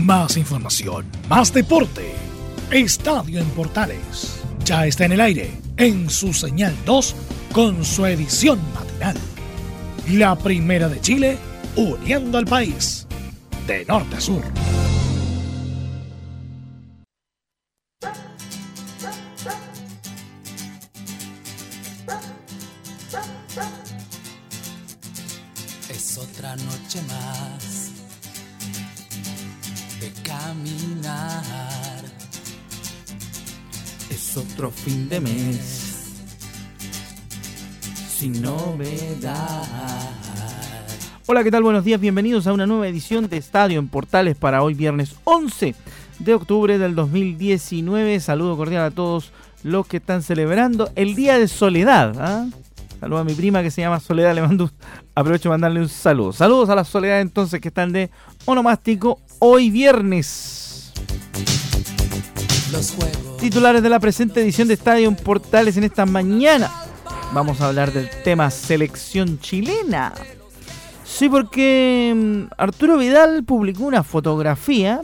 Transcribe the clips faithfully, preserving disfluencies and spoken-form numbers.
Más información, más deporte. Estadio en Portales ya está en el aire en su señal dos con su edición matinal. La primera de Chile, uniendo al país de norte a sur. Es otra noche más de caminar. Es otro fin de mes sin novedad. Hola, ¿qué tal? Buenos días, bienvenidos a una nueva edición de Estadio en Portales para hoy viernes once de octubre del dos mil diecinueve. Saludo cordial a todos los que están celebrando el Día de Soledad. ¿eh? Saludo a mi prima que se llama Soledad, le mando un, aprovecho de mandarle un saludo. Saludos a la Soledad entonces que están de onomástico hoy viernes. Los juegos. Titulares de la presente edición de Estadio en Portales en esta mañana. Vamos a hablar del tema selección chilena. Sí, porque Arturo Vidal publicó una fotografía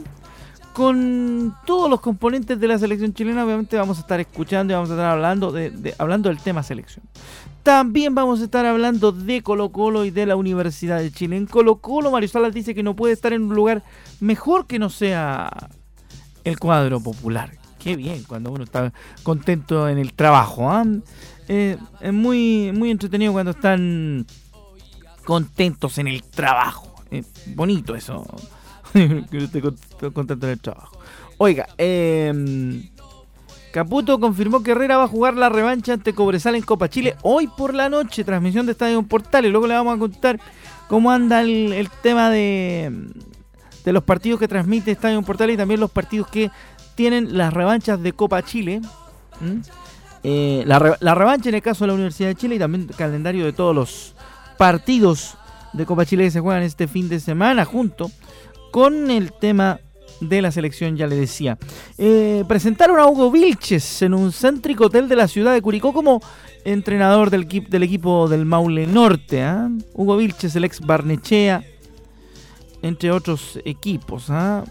con todos los componentes de la selección chilena. Obviamente vamos a estar escuchando y vamos a estar hablando, de, de, hablando del tema selección. También vamos a estar hablando de Colo Colo y de la Universidad de Chile. En Colo Colo, Mario Salas dice que no puede estar en un lugar mejor que no sea el cuadro popular. Qué bien, cuando uno está contento en el trabajo. ¿eh? Eh, es muy, muy entretenido cuando están contentos en el trabajo. Es bonito eso. Que yo esté contento en el trabajo. Oiga, eh, Caputo confirmó que Herrera va a jugar la revancha ante Cobresal en Copa Chile hoy por la noche. Transmisión de Estadio Portales. Luego le vamos a contar cómo anda el, el tema de, de los partidos que transmite Estadio Portales y también los partidos que tienen las revanchas de Copa Chile. ¿Mm? Eh, la, re, la revancha en el caso de la Universidad de Chile y también el calendario de todos los partidos de Copa Chile que se juegan este fin de semana junto con el tema de la selección, ya le decía. Eh, presentaron a Hugo Vilches en un céntrico hotel de la ciudad de Curicó como entrenador del, del equipo del Maule Norte. ¿eh? Hugo Vilches, el ex Barnechea, entre otros equipos. ¿eh?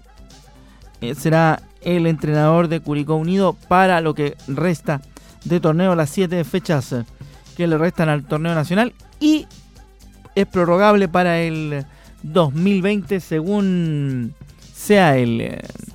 Eh, será el entrenador de Curicó Unido para lo que resta de torneo, las siete fechas que le restan al torneo nacional, y es prorrogable para el dos mil veinte según sea el,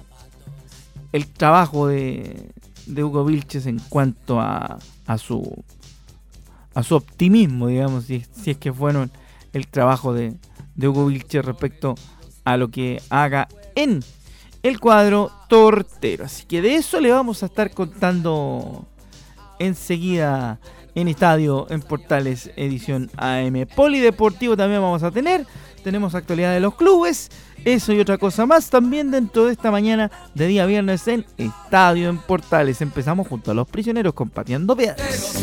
el trabajo de, de Hugo Vilches en cuanto a, a su a su optimismo, digamos, si, si es que fueron el trabajo de, de Hugo Vilches respecto a lo que haga en el cuadro tortero. Así que de eso le vamos a estar contando enseguida en Estadio en Portales edición A M. Polideportivo también vamos a tener. Tenemos actualidad de los clubes, eso y otra cosa más también dentro de esta mañana de día viernes en Estadio en Portales. Empezamos junto a los prisioneros con Pateando Piedras.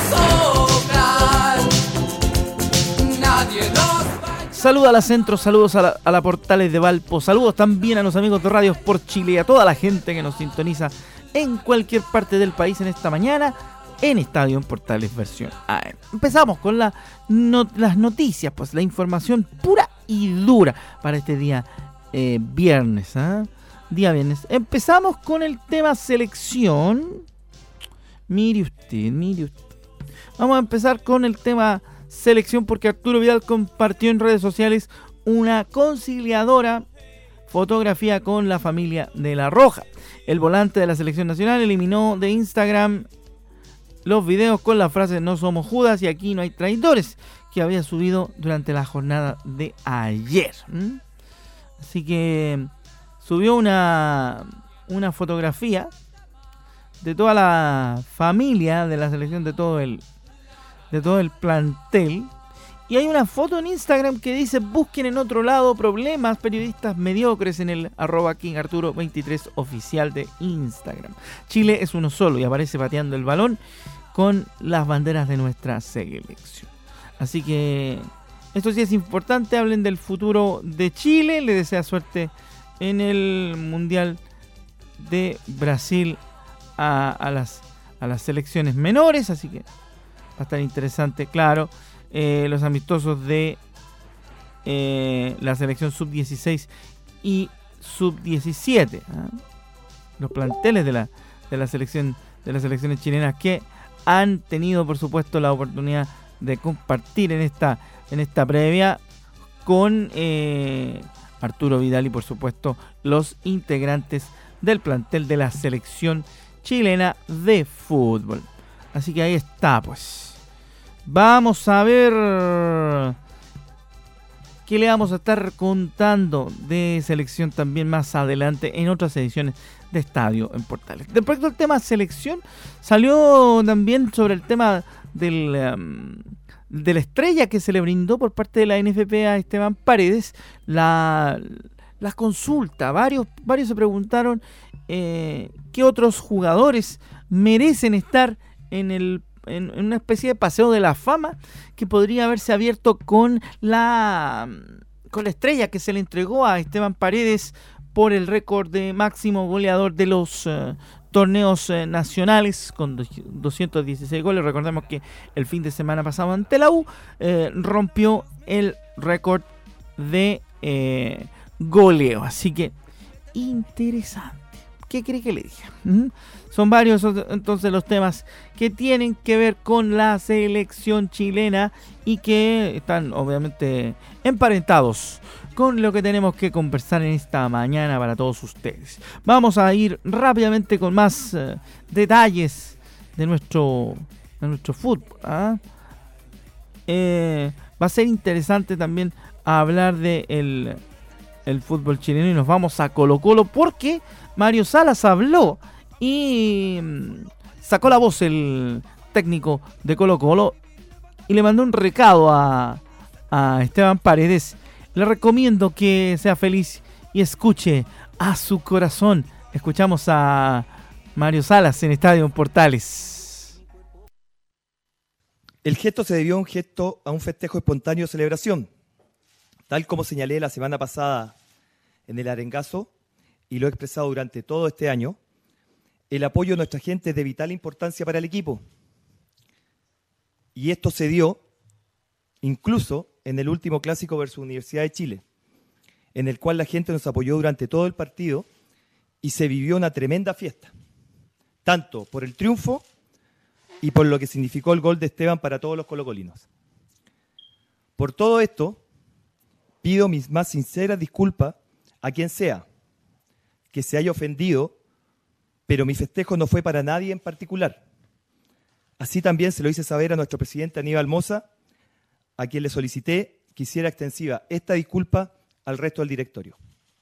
Saludos a la Centro, saludos a la, a la Portales de Valpo, saludos también a los amigos de Radios por Chile y a toda la gente que nos sintoniza en cualquier parte del país en esta mañana en Estadio en Portales versión A M. Empezamos con la, no, las noticias, pues la información pura y dura para este día eh, viernes. ¿eh? Día viernes. Empezamos con el tema selección. Mire usted, mire usted. Vamos a empezar con el tema selección porque Arturo Vidal compartió en redes sociales una conciliadora fotografía con la familia de La Roja. El volante de la selección nacional eliminó de Instagram los videos con la frase "no somos Judas y aquí no hay traidores", que había subido durante la jornada de ayer. ¿Mm? Así que subió una, una fotografía de toda la familia de la selección, de todo el de todo el plantel, y hay una foto en Instagram que dice: busquen en otro lado problemas, periodistas mediocres, en el arroba King Arturo veintitrés oficial de Instagram. Chile es uno solo, y aparece pateando el balón con las banderas de nuestra selección. Así que esto sí es importante, hablen del futuro de Chile, le desea suerte en el Mundial de Brasil a, a, las, a las selecciones menores, así que va a estar interesante, claro. Eh, los amistosos de eh, la selección sub dieciséis y sub diecisiete. ¿eh? Los planteles de la, de la selección de las selecciones chilenas que han tenido, por supuesto, la oportunidad de compartir en esta, en esta previa con eh, Arturo Vidal y, por supuesto, los integrantes del plantel de la selección chilena de fútbol. Así que ahí está, pues. Vamos a ver qué le vamos a estar contando de selección también más adelante en otras ediciones de Estadio en Portales. Respecto al tema selección, salió también sobre el tema del, um, de la estrella que se le brindó por parte de la N F P a Esteban Paredes, la, la consulta. Varios, varios se preguntaron eh, qué otros jugadores merecen estar en el en, en una especie de paseo de la fama que podría haberse abierto con la con la estrella que se le entregó a Esteban Paredes por el récord de máximo goleador de los uh, torneos uh, nacionales con doscientos dieciséis goles. Recordemos que el fin de semana pasado ante la U eh, rompió el récord de eh, goleo. Así que interesante. ¿Qué cree que le diga? ¿Mm? Son varios entonces los temas que tienen que ver con la selección chilena y que están obviamente emparentados con lo que tenemos que conversar en esta mañana para todos ustedes. Vamos a ir rápidamente con más uh, detalles de nuestro, de nuestro fútbol. ¿ah? Eh, va a ser interesante también hablar de el, el fútbol chileno y nos vamos a Colo Colo porque Mario Salas habló y sacó la voz el técnico de Colo Colo y le mandó un recado a, a Esteban Paredes. Le recomiendo que sea feliz y escuche a su corazón. Escuchamos a Mario Salas en Estadio Portales. El gesto se debió a un gesto, a un festejo espontáneo de celebración, tal como señalé la semana pasada en el arengazo y lo he expresado durante todo este año. El apoyo de nuestra gente es de vital importancia para el equipo. Y esto se dio incluso en el último clásico versus Universidad de Chile, en el cual la gente nos apoyó durante todo el partido y se vivió una tremenda fiesta, tanto por el triunfo y por lo que significó el gol de Esteban para todos los colocolinos. Por todo esto, pido mis más sinceras disculpas a quien sea que se haya ofendido, pero mi festejo no fue para nadie en particular. Así también se lo hice saber a nuestro presidente Aníbal Mosa, a quien le solicité que hiciera extensiva esta disculpa al resto del directorio.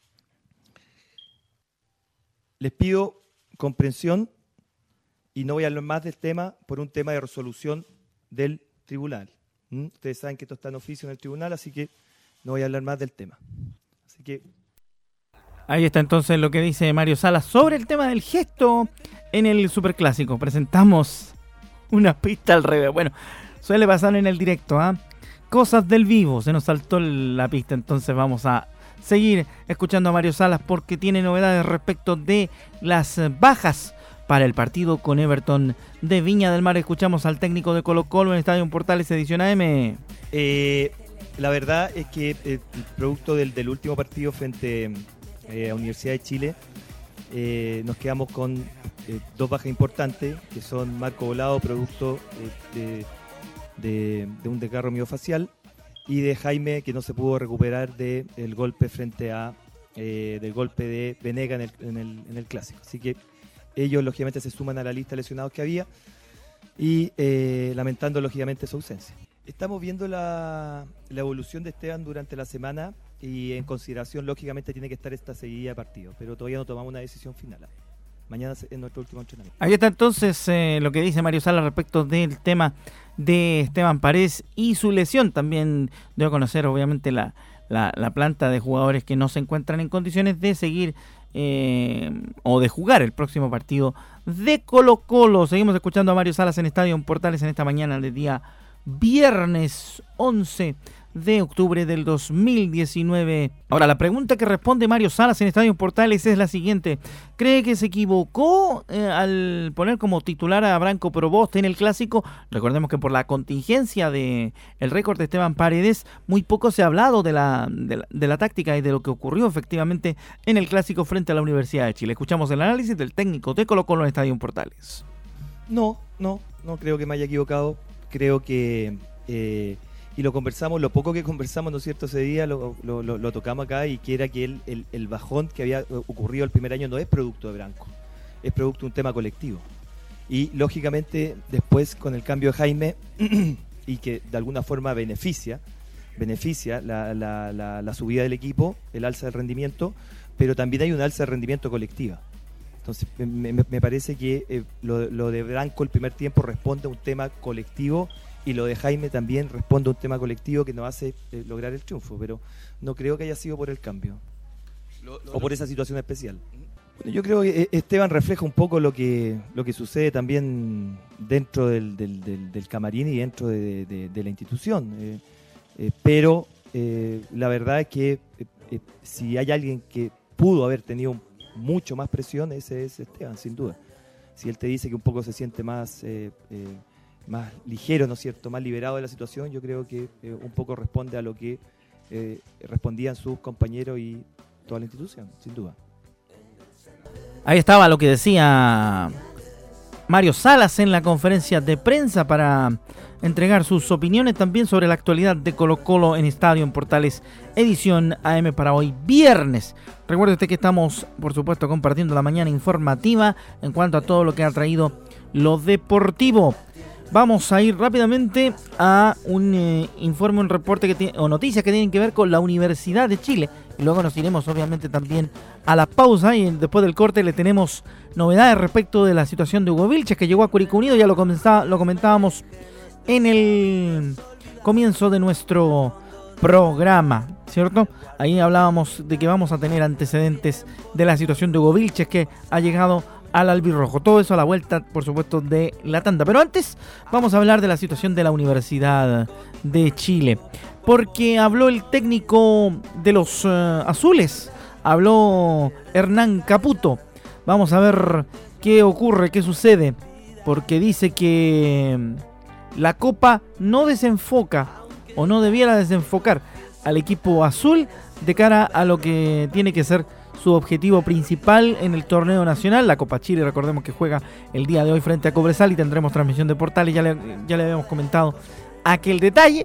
Les pido comprensión y no voy a hablar más del tema por un tema de resolución del tribunal. ¿Mm? Ustedes saben que esto está en oficio en el tribunal, así que no voy a hablar más del tema. Así que... Ahí está entonces lo que dice Mario Salas sobre el tema del gesto en el Superclásico. Presentamos una pista al revés. Bueno, suele pasar en el directo, ¿ah? ¿eh? Cosas del vivo, se nos saltó la pista, entonces vamos a seguir escuchando a Mario Salas porque tiene novedades respecto de las bajas para el partido con Everton de Viña del Mar. Escuchamos al técnico de Colo Colo en Estadio Portales edición A M. Eh, la verdad es que eh, producto del, del último partido frente eh, a Universidad de Chile, eh, nos quedamos con eh, dos bajas importantes, que son Marco Volado, producto eh, de... De, de un desgarro miofacial, y de Jaime, que no se pudo recuperar del de golpe frente a eh, del golpe de Venega en el, en, el, en el clásico. Así que ellos lógicamente se suman a la lista de lesionados que había y eh, lamentando lógicamente su ausencia. Estamos viendo la, la evolución de Esteban durante la semana y en consideración lógicamente tiene que estar esta seguida de partidos, pero todavía no tomamos una decisión final. Mañana es nuestro último entrenamiento. Ahí está entonces eh, lo que dice Mario Salas respecto del tema de Esteban Paredes y su lesión. También debo conocer obviamente la, la, la planta de jugadores que no se encuentran en condiciones de seguir eh, o de jugar el próximo partido de Colo Colo. Seguimos escuchando a Mario Salas en Estadio Portales en esta mañana del día viernes once de octubre del dos mil diecinueve. Ahora, la pregunta que responde Mario Salas en Estadio Portales es la siguiente. ¿Cree que se equivocó eh, al poner como titular a Branco Proboste en el Clásico? Recordemos que por la contingencia de el récord de Esteban Paredes, muy poco se ha hablado de la, de la, de la táctica y de lo que ocurrió efectivamente en el Clásico frente a la Universidad de Chile. Escuchamos el análisis del técnico de Colo-Colo en Estadio Portales. No, no, no creo que me haya equivocado. Creo que, eh, y lo conversamos, lo poco que conversamos, ¿no es cierto?, ese día lo, lo, lo, lo tocamos acá, y que era que el, el, el bajón que había ocurrido el primer año no es producto de Branco, es producto de un tema colectivo. Y lógicamente después con el cambio de Jaime, y que de alguna forma beneficia, beneficia la, la, la, la subida del equipo, el alza del rendimiento, pero también hay un alza de rendimiento colectiva. Entonces me, me, me parece que eh, lo, lo de Branco el primer tiempo responde a un tema colectivo, y lo de Jaime también responde a un tema colectivo que nos hace eh, lograr el triunfo, pero no creo que haya sido por el cambio lo, lo, o por esa situación especial. Bueno, yo creo que Esteban refleja un poco lo que lo que sucede también dentro del, del, del, del camarín y dentro de, de, de la institución, eh, eh, pero eh, la verdad es que eh, eh, si hay alguien que pudo haber tenido un mucho más presión, ese es Esteban, sin duda. Si él te dice que un poco se siente más eh, eh, más ligero, ¿no es cierto?, más liberado de la situación, yo creo que eh, un poco responde a lo que eh, respondían sus compañeros y toda la institución, sin duda. Ahí estaba lo que decía Mario Salas en la conferencia de prensa para entregar sus opiniones también sobre la actualidad de Colo-Colo en Estadio en Portales, edición A M para hoy viernes. Recuerde usted que estamos, por supuesto, compartiendo la mañana informativa en cuanto a todo lo que ha traído lo deportivo. Vamos a ir rápidamente a un eh, informe, un reporte que tiene, o noticias que tienen que ver con la Universidad de Chile. Y luego nos iremos obviamente también a la pausa, y después del corte le tenemos novedades respecto de la situación de Hugo Vilches, que llegó a Curicó Unido. Ya lo, comenzá, lo comentábamos en el comienzo de nuestro programa, ¿cierto? Ahí hablábamos de que vamos a tener antecedentes de la situación de Hugo Vilches, que ha llegado al albirrojo. Todo eso a la vuelta, por supuesto, de la tanda. Pero antes vamos a hablar de la situación de la Universidad de Chile, porque habló el técnico de los uh, azules, habló Hernán Caputo. Vamos a ver qué ocurre, qué sucede, porque dice que la Copa no desenfoca, o no debiera desenfocar al equipo azul de cara a lo que tiene que ser su objetivo principal en el torneo nacional, la Copa Chile. Recordemos que juega el día de hoy frente a Cobresal y tendremos transmisión de Portales, ya le, ya le habíamos comentado aquel detalle.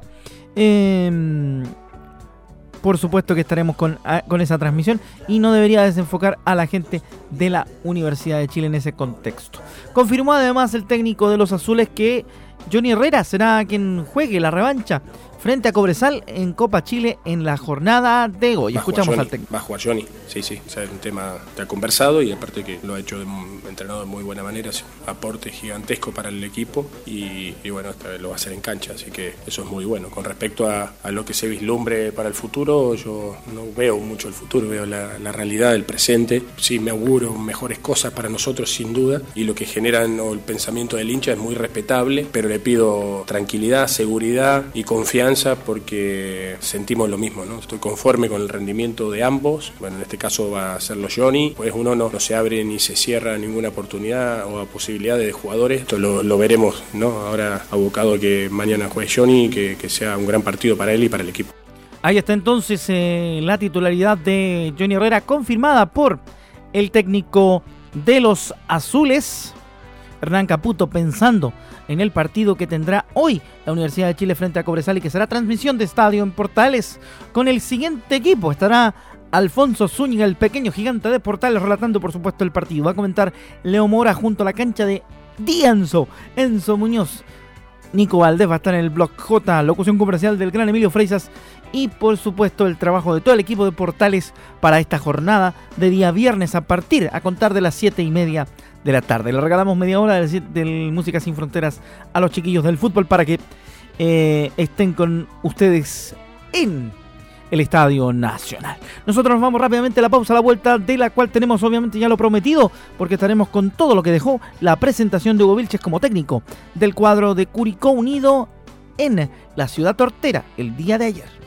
Eh, por supuesto que estaremos con, a, con esa transmisión, y no debería desenfocar a la gente de la Universidad de Chile en ese contexto. Confirmó además el técnico de los azules que Johnny Herrera será quien juegue la revancha frente a Cobresal en Copa Chile en la jornada de hoy. Escuchamos al técnico. Va a jugar Johnny, sí, sí, o sea, es un tema que ha conversado, y aparte que lo ha hecho de, entrenado de muy buena manera, es un aporte gigantesco para el equipo, y, y bueno, esta vez lo va a hacer en cancha, así que eso es muy bueno. Con respecto a, a lo que se vislumbre para el futuro, yo no veo mucho el futuro, veo la, la realidad del presente. Sí, me auguro mejores cosas para nosotros, sin duda, y lo que generan, o el pensamiento del hincha es muy respetable, pero le pido tranquilidad, seguridad y confianza, porque sentimos lo mismo, ¿no? Estoy conforme con el rendimiento de ambos. Bueno, en este caso va a ser los Johnny, pues uno no, no se abre ni se cierra ninguna oportunidad o posibilidad de jugadores. Esto lo, lo veremos, ¿no? Ahora abocado a que mañana juegue Johnny, que, que sea un gran partido para él y para el equipo. Ahí está entonces eh, la titularidad de Johnny Herrera, confirmada por el técnico de los azules, Hernán Caputo, pensando en el partido que tendrá hoy la Universidad de Chile frente a Cobresal, y que será transmisión de Estadio en Portales con el siguiente equipo. Estará Alfonso Zúñiga, el pequeño gigante de Portales, relatando por supuesto el partido. Va a comentar Leo Mora junto a la cancha de Dianzo, Enzo Muñoz. Nico Valdés va a estar en el Block J, locución comercial del gran Emilio Freisas, y por supuesto el trabajo de todo el equipo de Portales para esta jornada de día viernes a partir, a contar de las siete y media de la tarde. Le regalamos media hora del, del Música Sin Fronteras a los chiquillos del fútbol para que eh, estén con ustedes en el Estadio Nacional. Nosotros nos vamos rápidamente a la pausa, a la vuelta de la cual tenemos obviamente ya lo prometido, porque estaremos con todo lo que dejó la presentación de Hugo Vilches como técnico del cuadro de Curicó Unido en la ciudad tortera el día de ayer.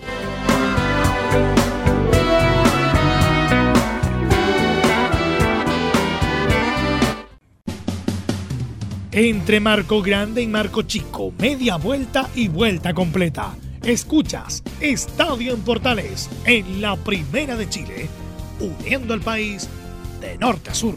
Entre Marco Grande y Marco Chico, media vuelta y vuelta completa. Escuchas Estadio en Portales en la Primera de Chile, uniendo al país de norte a sur.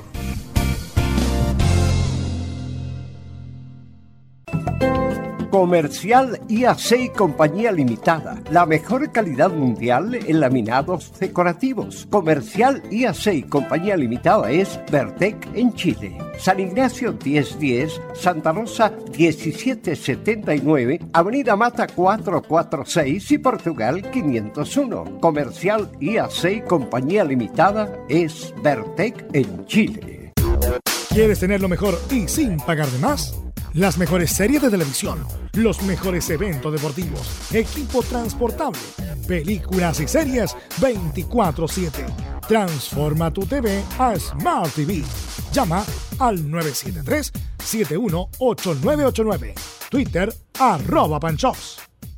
Comercial I A C y Compañía Limitada. La mejor calidad mundial en laminados decorativos. Comercial I A C y Compañía Limitada es Vertec en Chile. San Ignacio diez diez, Santa Rosa diecisiete setenta y nueve, Avenida Mata cuatrocientos cuarenta y seis y Portugal quinientos uno. Comercial I A C y Compañía Limitada es Vertec en Chile. ¿Quieres tener lo mejor y sin pagar de más? Las mejores series de televisión, los mejores eventos deportivos, equipo transportable, películas y series veinticuatro siete. Transforma tu T V a Smart T V. Llama al nueve siete tres, siete uno ocho nueve ocho nueve. Twitter, arroba Panchops.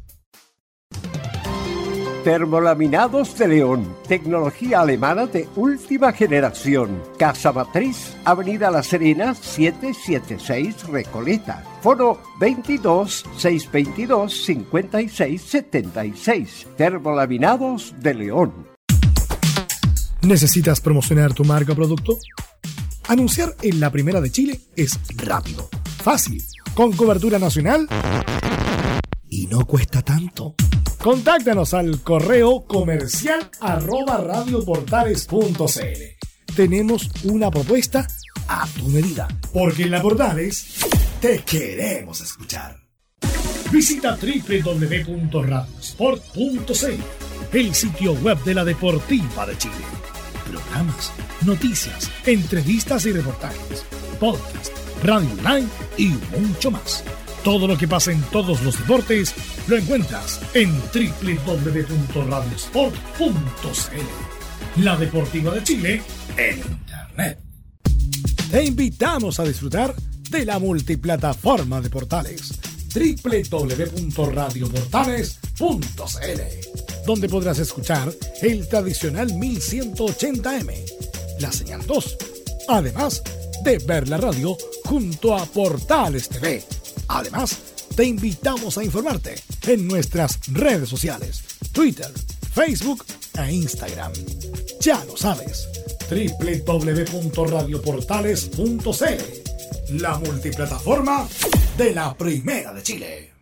Termolaminados de León, tecnología alemana de última generación. Casa Matriz, Avenida La Serena, setecientos setenta y seis, Recoleta. Foro veintidós, seiscientos veintidós, cincuenta y seis setenta y seis. Termolaminados de León. ¿Necesitas promocionar tu marca o producto? Anunciar en la Primera de Chile es rápido, fácil, con cobertura nacional y no cuesta tanto. Contáctanos al correo comercial arroba radioportales punto cl. Tenemos una propuesta a tu medida, porque en la Portales te queremos escuchar. Visita doble u doble u doble u punto radiosport punto cl, el sitio web de la Deportiva de Chile. Programas, noticias, entrevistas y reportajes, podcast, radio online y mucho más. Todo lo que pasa en todos los deportes lo encuentras en doble u doble u doble u punto radiosport punto cl. La Deportiva de Chile en Internet. Te invitamos a disfrutar de la multiplataforma de Portales, doble u doble u doble u punto radioportales punto cl, donde podrás escuchar el tradicional mil ciento ochenta eme, la señal dos, además de ver la radio junto a Portales T V. Además, te invitamos a informarte en nuestras redes sociales, Twitter, Facebook e Instagram. Ya lo sabes, doble u doble u doble u punto radioportales punto cl, la multiplataforma de la Primera de Chile.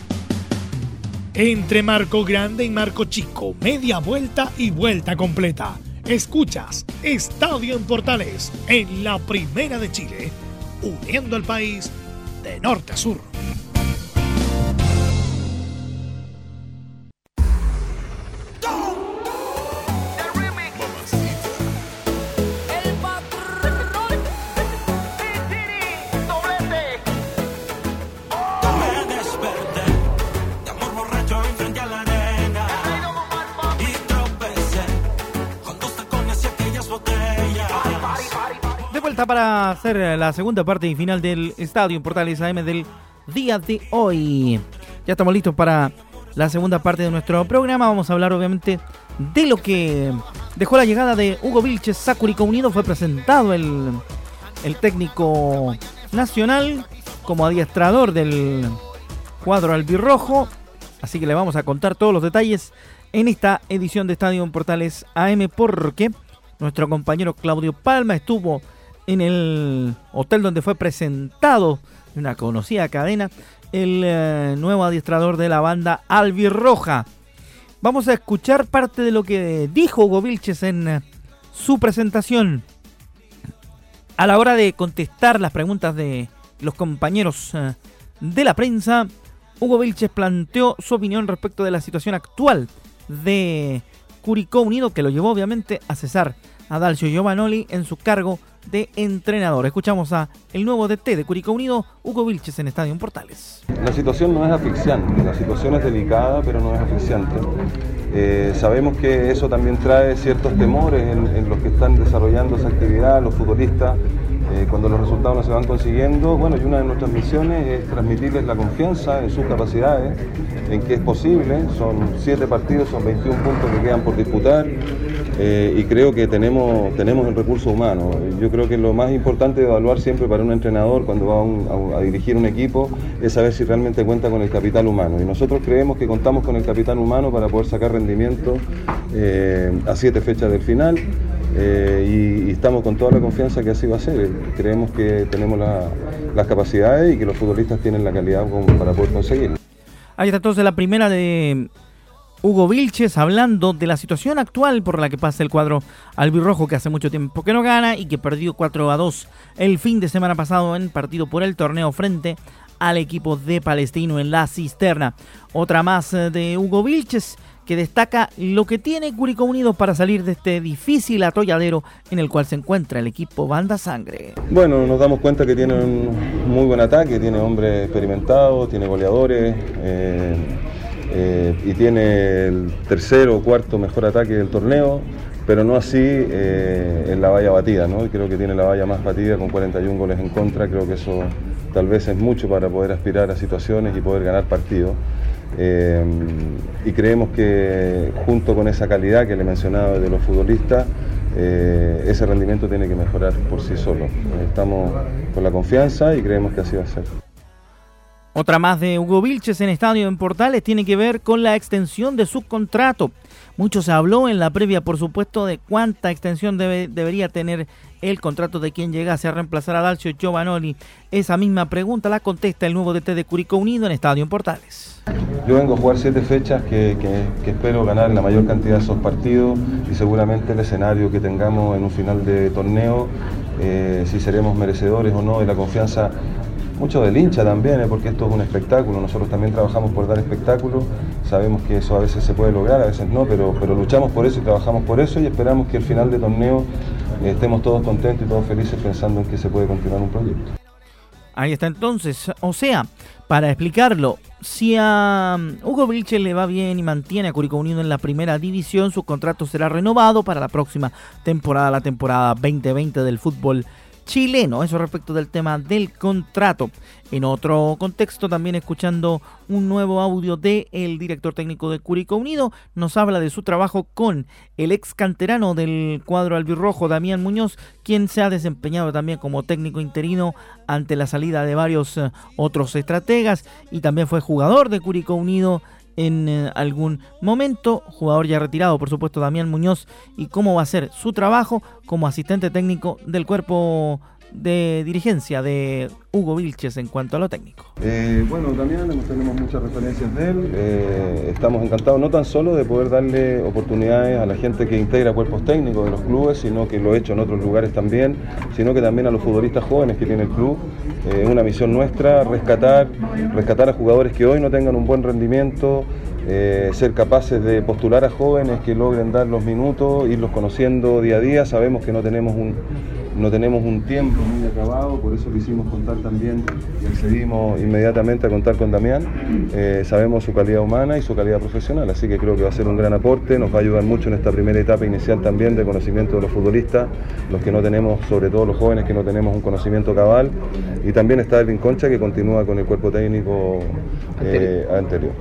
Entre Marco Grande y Marco Chico, media vuelta y vuelta completa. Escuchas Estadio en Portales en la Primera de Chile, uniendo al país de norte a sur. Para hacer la segunda parte y final del Estadio en Portales A M del día de hoy. Ya estamos listos para la segunda parte de nuestro programa. Vamos a hablar obviamente de lo que dejó la llegada de Hugo Vilches a Curicó Unido. Fue presentado el, el técnico nacional como adiestrador del cuadro albirrojo. Así que le vamos a contar todos los detalles en esta edición de Estadio en Portales A M, porque nuestro compañero Claudio Palma estuvo en el hotel donde fue presentado en una conocida cadena el eh, nuevo adiestrador de la banda albirroja. Vamos a escuchar parte de lo que dijo Hugo Vilches en eh, su presentación. A la hora de contestar las preguntas de los compañeros eh, de la prensa, Hugo Vilches planteó su opinión respecto de la situación actual de Curicó Unido, que lo llevó obviamente a cesar a Dalcio Giovanoli en su cargo de entrenador. Escuchamos a el nuevo D T de Curicó Unido, Hugo Vilches, en Estadio en Portales. La situación no es asfixiante, la situación es delicada, pero no es asfixiante. Eh, sabemos que eso también trae ciertos temores en, en los que están desarrollando esa actividad, los futbolistas, eh, cuando los resultados no se van consiguiendo, bueno, y una de nuestras misiones es transmitirles la confianza en sus capacidades, en que es posible. Son siete partidos, son veintiún puntos que quedan por disputar, eh, y creo que tenemos, tenemos el recurso humano. Yo creo que lo más importante de evaluar siempre para un entrenador cuando va a, un, a, a dirigir un equipo es saber si realmente cuenta con el capital humano, y nosotros creemos que contamos con el capital humano para poder sacar rendimiento eh, a siete fechas del final. Eh, y, y estamos con toda la confianza que así va a ser. Creemos que tenemos la, las capacidades y que los futbolistas tienen la calidad como para poder conseguirlo. Ahí está entonces la primera de Hugo Vilches, hablando de la situación actual por la que pasa el cuadro albirrojo, que hace mucho tiempo que no gana y que perdió cuatro a dos el fin de semana pasado en partido por el torneo frente al equipo de Palestino en la Cisterna. Otra más de Hugo Vilches, que destaca lo que tiene Curicó Unido para salir de este difícil atolladero en el cual se encuentra el equipo Banda Sangre. Bueno, nos damos cuenta que tiene un muy buen ataque, tiene hombres experimentados, tiene goleadores, eh, eh, y tiene el tercero o cuarto mejor ataque del torneo, pero no así eh, en la valla batida, ¿no? Creo que tiene la valla más batida con cuarenta y un goles en contra. Creo que eso tal vez es mucho para poder aspirar a situaciones y poder ganar partidos. Eh, y creemos que junto con esa calidad que le mencionaba de los futbolistas, eh, ese rendimiento tiene que mejorar por sí solo. Eh, estamos con la confianza y creemos que así va a ser. Otra más de Hugo Vilches en Estadio en Portales tiene que ver con la extensión de su contrato. Mucho se habló en la previa, por supuesto, de cuánta extensión debe, debería tener el contrato de quien llegase a reemplazar a Dalcio Giovanoli. Esa misma pregunta la contesta el nuevo D T de Curicó Unido en Estadio en Portales. Yo vengo a jugar siete fechas que, que, que espero ganar la mayor cantidad de esos partidos, y seguramente el escenario que tengamos en un final de torneo, eh, si seremos merecedores o no de la confianza, mucho del hincha también, ¿eh? Porque esto es un espectáculo, nosotros también trabajamos por dar espectáculo, sabemos que eso a veces se puede lograr, a veces no, pero, pero luchamos por eso y trabajamos por eso, y esperamos que al final de torneo eh, estemos todos contentos y todos felices pensando en que se puede continuar un proyecto. Ahí está entonces, o sea, para explicarlo, si a Hugo Vilches le va bien y mantiene a Curicó Unido en la primera división, su contrato será renovado para la próxima temporada, la temporada veinte veinte del fútbol chileno. Eso respecto del tema del contrato. En otro contexto, también escuchando un nuevo audio del director técnico de Curicó Unido, nos habla de su trabajo con el ex canterano del cuadro albirrojo, Damián Muñoz, quien se ha desempeñado también como técnico interino ante la salida de varios uh, otros estrategas, y también fue jugador de Curicó Unido en eh, algún momento, jugador ya retirado, por supuesto, Damián Muñoz, y cómo va a ser su trabajo como asistente técnico del cuerpo de dirigencia de Hugo Vilches en cuanto a lo técnico. Eh, bueno, también tenemos muchas referencias de él, eh, estamos encantados no tan solo de poder darle oportunidades a la gente que integra cuerpos técnicos de los clubes, sino que lo he hecho en otros lugares también, sino que también a los futbolistas jóvenes que tiene el club. Es eh, una misión nuestra, rescatar, rescatar a jugadores que hoy no tengan un buen rendimiento, eh, ser capaces de postular a jóvenes que logren dar los minutos, irlos conociendo día a día. Sabemos que no tenemos un No tenemos un tiempo muy acabado, por eso quisimos contar también y accedimos inmediatamente a contar con Damián. Eh, sabemos su calidad humana y su calidad profesional, así que creo que va a ser un gran aporte, nos va a ayudar mucho en esta primera etapa inicial también de conocimiento de los futbolistas, los que no tenemos, sobre todo los jóvenes que no tenemos un conocimiento cabal, y también está Elvin Concha, que continúa con el cuerpo técnico eh, anterior.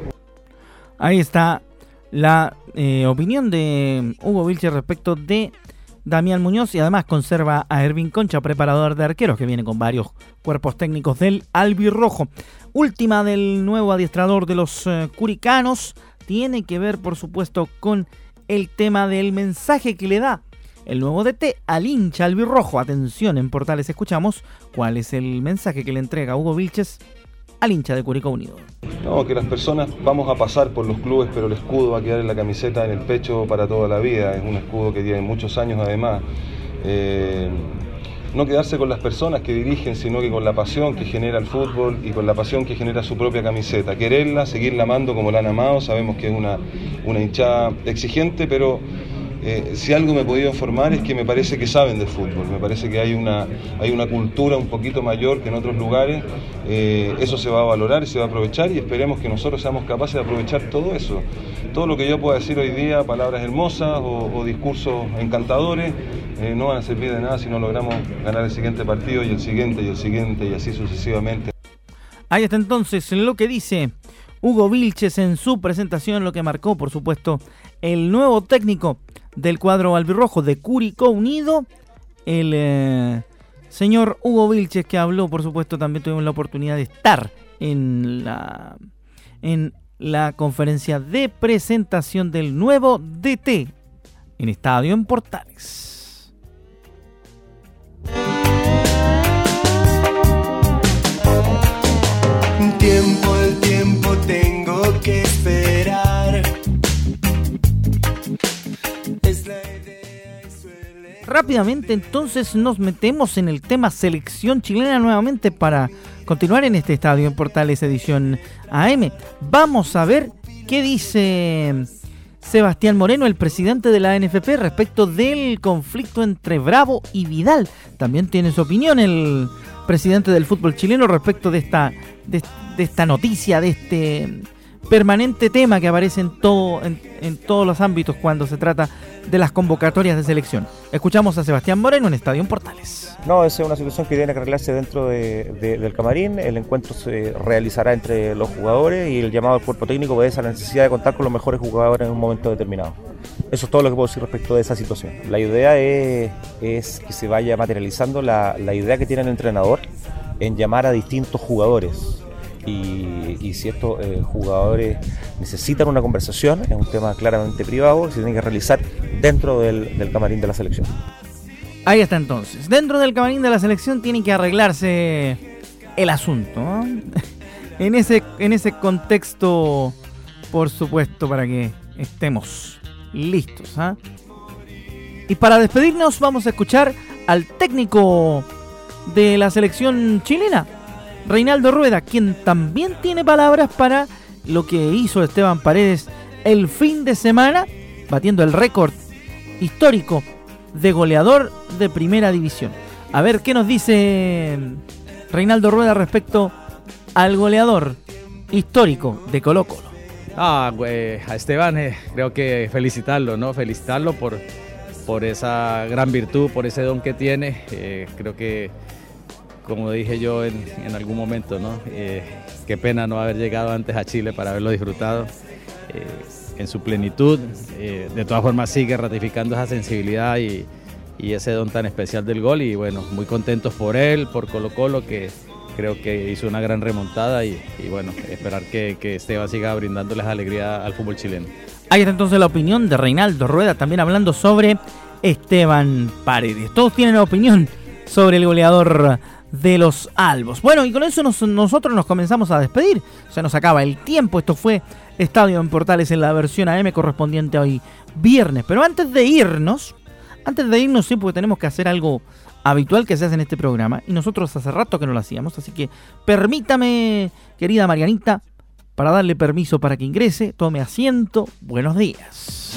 Ahí está la eh, opinión de Hugo Vilches respecto de Damián Muñoz, y además conserva a Ervin Concha, preparador de arqueros, que viene con varios cuerpos técnicos del albirrojo. Última del nuevo adiestrador de los eh, curicanos, tiene que ver, por supuesto, con el tema del mensaje que le da el nuevo D T al hincha albirrojo. Atención, en Portales escuchamos cuál es el mensaje que le entrega Hugo Vilches al hincha de Curicó Unido. No, que las personas vamos a pasar por los clubes, pero el escudo va a quedar en la camiseta, en el pecho para toda la vida. Es un escudo que tiene muchos años además. Eh, no quedarse con las personas que dirigen, sino que con la pasión que genera el fútbol y con la pasión que genera su propia camiseta. Quererla, seguirla amando como la han amado. Sabemos que es una, una hinchada exigente, pero Eh, si algo me he podido informar es que me parece que saben del fútbol, me parece que hay una, hay una cultura un poquito mayor que en otros lugares. Eh, eso se va a valorar y se va a aprovechar, y esperemos que nosotros seamos capaces de aprovechar todo eso. Todo lo que yo pueda decir hoy día, palabras hermosas o, o discursos encantadores, eh, no van a servir de nada si no logramos ganar el siguiente partido y el siguiente y el siguiente y así sucesivamente. Ahí está entonces lo que dice Hugo Vilches en su presentación, lo que marcó, por supuesto, el nuevo técnico del cuadro albirrojo de Curicó Unido, el eh, señor Hugo Vilches, que habló, por supuesto, también tuvimos la oportunidad de estar en la, en la conferencia de presentación del nuevo D T en Estadio en Portales. Tiempo, el tiempo tengo que esperar. Es la idea y suele... Rápidamente entonces nos metemos en el tema selección chilena nuevamente para continuar en este Estadio en Portales edición A M. Vamos a ver qué dice Sebastián Moreno, el presidente de la N F P, respecto del conflicto entre Bravo y Vidal. También tiene su opinión el presidente del fútbol chileno respecto de esta, de, de esta noticia, de este permanente tema que aparece en, todo, en, en todos los ámbitos cuando se trata de las convocatorias de selección. Escuchamos a Sebastián Moreno en Estadio en Portales. No, esa es una situación que tiene que arreglarse dentro de, de, del camarín. El encuentro se realizará entre los jugadores y el llamado al cuerpo técnico obedece a la necesidad de contar con los mejores jugadores en un momento determinado. Eso es todo lo que puedo decir respecto de esa situación. La idea es, es que se vaya materializando la, la idea que tiene el entrenador en llamar a distintos jugadores. Y, y si estos eh, jugadores necesitan una conversación, es un tema claramente privado que se tiene que realizar dentro del, del camarín de la selección. Ahí está entonces. Dentro del camarín de la selección tiene que arreglarse el asunto, ¿no? en, ese, en ese contexto, por supuesto, para que estemos listos, ¿eh? Y para despedirnos vamos a escuchar al técnico de la selección chilena, Reinaldo Rueda, quien también tiene palabras para lo que hizo Esteban Paredes el fin de semana, batiendo el récord histórico de goleador de primera división. A ver qué nos dice Reinaldo Rueda respecto al goleador histórico de Colo Colo. Ah, pues, a Esteban eh, creo que felicitarlo, ¿no? Felicitarlo por, por esa gran virtud, por ese don que tiene. Eh, creo que, como dije yo en, en algún momento, ¿no? Eh, qué pena no haber llegado antes a Chile para haberlo disfrutado eh, en su plenitud. Eh, de todas formas sigue ratificando esa sensibilidad y, y ese don tan especial del gol. Y bueno, muy contentos por él, por Colo Colo, que creo que hizo una gran remontada y, y bueno, esperar que, que Esteban siga brindándoles alegría al fútbol chileno. Ahí está entonces la opinión de Reinaldo Rueda, también hablando sobre Esteban Paredes. Todos tienen opinión sobre el goleador de los albos. Bueno, y con eso nos, nosotros nos comenzamos a despedir. Se nos acaba el tiempo. Esto fue Estadio en Portales en la versión A M correspondiente a hoy viernes. Pero antes de irnos, antes de irnos sí, porque tenemos que hacer algo habitual que se hace en este programa y nosotros hace rato que no lo hacíamos, así que permítame, querida Marianita, para darle permiso para que ingrese, tome asiento. Buenos días.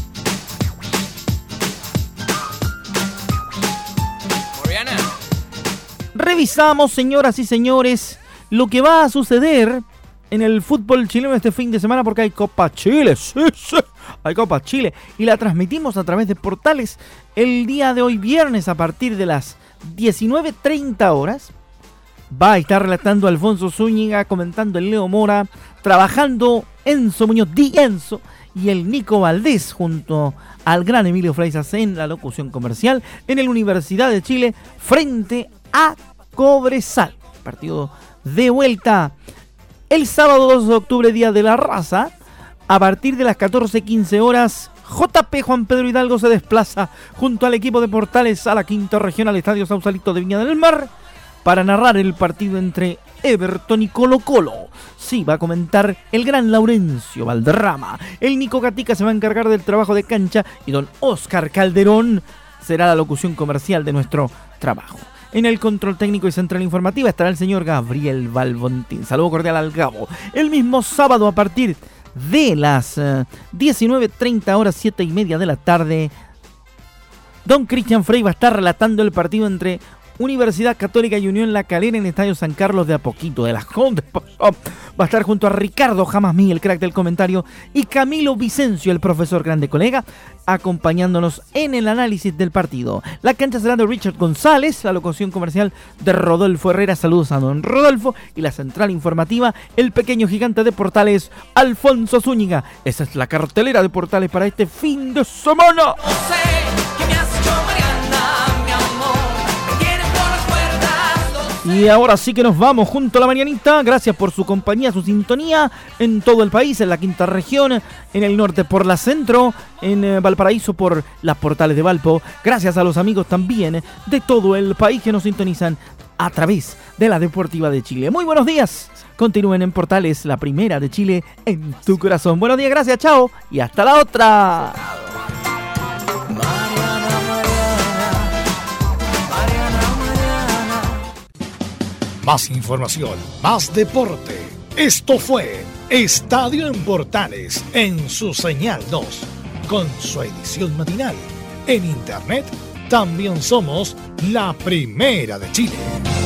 Mariana. Revisamos, señoras y señores, lo que va a suceder en el fútbol chileno este fin de semana, porque hay Copa Chile, sí, sí, hay Copa Chile, y la transmitimos a través de Portales el día de hoy viernes a partir de las diecinueve treinta horas. Va a estar relatando Alfonso Zúñiga, comentando el Leo Mora, trabajando Enzo Muñoz, Di Enzo, y el Nico Valdés junto al gran Emilio Freisas en la locución comercial en el Universidad de Chile frente a Cobresal. Partido de vuelta el sábado dos de octubre, Día de la Raza, a partir de las catorce quince horas. J P Juan Pedro Hidalgo se desplaza junto al equipo de Portales a la quinta región, al Estadio Sausalito de Viña del Mar, para narrar el partido entre Everton y Colo Colo. Sí, va a comentar el gran Laurencio Valderrama. El Nico Gatica se va a encargar del trabajo de cancha y don Oscar Calderón será la locución comercial de nuestro trabajo. En el control técnico y central informativa estará el señor Gabriel Valbontín. Saludo cordial al Gabo. El mismo sábado a partir de las uh, diecinueve treinta horas, siete y media de la tarde, don Cristian Frey va a estar relatando el partido entre Universidad Católica y Unión La Calera en el Estadio San Carlos de Apoquito de las Condes. Va a estar junto a Ricardo Jamasmí, el crack del comentario, y Camilo Vicencio, el profesor grande colega, acompañándonos en el análisis del partido. La cancha será de Richard González, la locución comercial de Rodolfo Herrera. Saludos a don Rodolfo. Y la central informativa, el pequeño gigante de Portales, Alfonso Zúñiga. Esa es la cartelera de Portales para este fin de semana. Y ahora sí que nos vamos junto a la mañanita. Gracias por su compañía, su sintonía en todo el país, en la quinta región, en el norte por la centro, en eh, Valparaíso por las Portales de Valpo. Gracias a los amigos también de todo el país que nos sintonizan a través de la Deportiva de Chile. Muy buenos días. Continúen en Portales, la primera de Chile en tu corazón. Buenos días, gracias, chao y hasta la otra. Más información, más deporte. Esto fue Estadio en Portales en su señal dos, con su edición matinal. En internet también somos la primera de Chile.